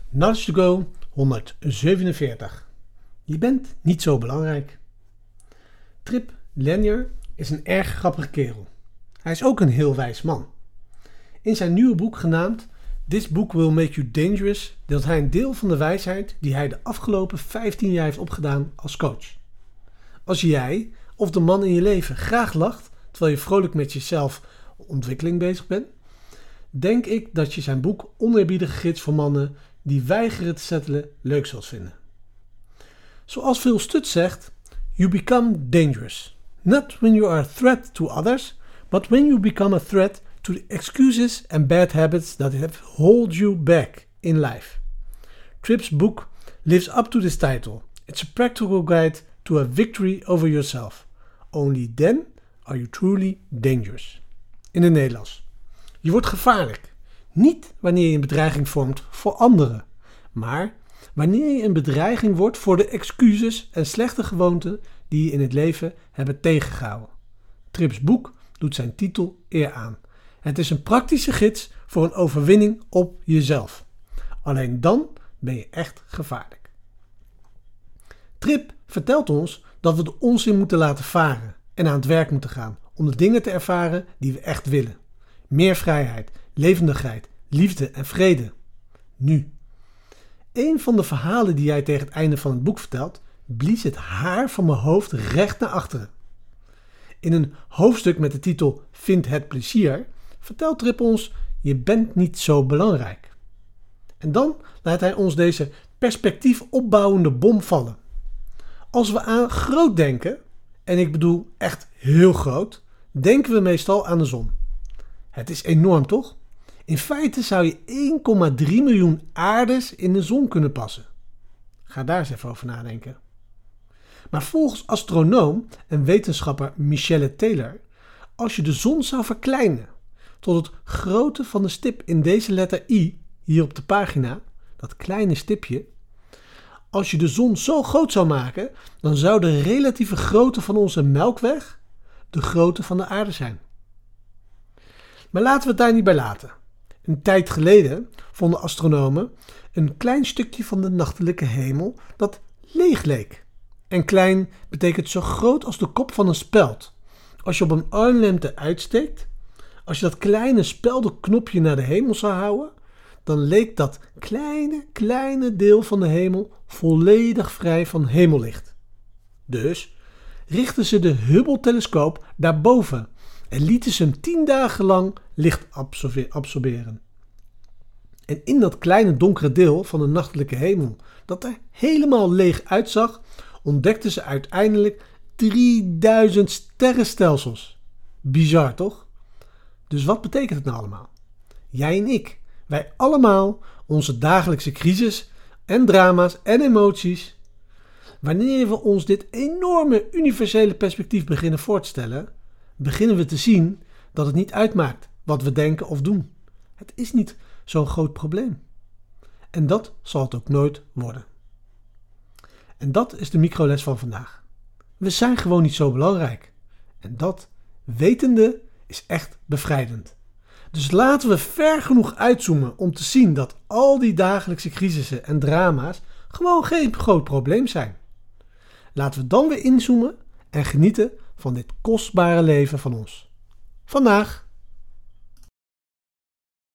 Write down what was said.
Knowledge to Go 147. Je bent niet zo belangrijk. Trip Lanier is een erg grappige kerel. Hij is ook een heel wijs man. In zijn nieuwe boek genaamd This Book Will Make You Dangerous deelt hij een deel van de wijsheid die hij de afgelopen 15 jaar heeft opgedaan als coach. Als jij of de man in je leven graag lacht terwijl je vrolijk met jezelf ontwikkeling bezig bent, denk ik dat je zijn boek Oneerbiedige gids voor mannen die weigeren te settelen leuk zult vinden. Zoals Phil Stutz zegt, you become dangerous. Not when you are a threat to others, but when you become a threat to the excuses and bad habits that have hold you back in life. Tripp's book lives up to this title. It's a practical guide to a victory over yourself. Only then are you truly dangerous. In het Nederlands. Je wordt gevaarlijk. Niet wanneer je een bedreiging vormt voor anderen, maar wanneer je een bedreiging wordt voor de excuses en slechte gewoonten die je in het leven hebben tegengehouden. Tripp's boek doet zijn titel eer aan. Het is een praktische gids voor een overwinning op jezelf. Alleen dan ben je echt gevaarlijk. Trip vertelt ons dat we de onzin moeten laten varen en aan het werk moeten gaan om de dingen te ervaren die we echt willen. Meer vrijheid, levendigheid, liefde en vrede. Nu. Een van de verhalen die jij tegen het einde van het boek vertelt, blies het haar van mijn hoofd recht naar achteren. In een hoofdstuk met de titel Vind het plezier vertelt Trip ons, je bent niet zo belangrijk. En dan laat hij ons deze perspectief opbouwende bom vallen. Als we aan groot denken, en ik bedoel echt heel groot, denken we meestal aan de zon. Het is enorm, toch? In feite zou je 1,3 miljoen aardes in de zon kunnen passen. Ga daar eens even over nadenken. Maar volgens astronoom en wetenschapper Michelle Taylor, als je de zon zou verkleinen tot het grootte van de stip in deze letter I, hier op de pagina, dat kleine stipje, als je de zon zo groot zou maken, dan zou de relatieve grootte van onze Melkweg de grootte van de aarde zijn. Maar laten we het daar niet bij laten. Een tijd geleden vonden astronomen een klein stukje van de nachtelijke hemel dat leeg leek. En klein betekent zo groot als de kop van een speld. Als je op een armlengte uitsteekt, als je dat kleine speldenknopje naar de hemel zou houden, dan leek dat kleine deel van de hemel volledig vrij van hemellicht. Dus richtten ze de Hubble-telescoop daarboven en lieten ze hem 10 dagen lang licht absorberen. En in dat kleine donkere deel van de nachtelijke hemel, dat er helemaal leeg uitzag, ontdekten ze uiteindelijk 3000 sterrenstelsels. Bizar, toch? Dus wat betekent het nou allemaal? Jij en ik, wij allemaal, onze dagelijkse crisis en drama's en emoties. Wanneer we ons dit enorme universele perspectief beginnen voor te stellen, beginnen we te zien dat het niet uitmaakt wat we denken of doen. Het is niet zo'n groot probleem. En dat zal het ook nooit worden. En dat is de microles van vandaag. We zijn gewoon niet zo belangrijk. En dat, wetende, is echt bevrijdend. Dus laten we ver genoeg uitzoomen om te zien dat al die dagelijkse crisissen en drama's gewoon geen groot probleem zijn. Laten we dan weer inzoomen en genieten van dit kostbare leven van ons. Vandaag.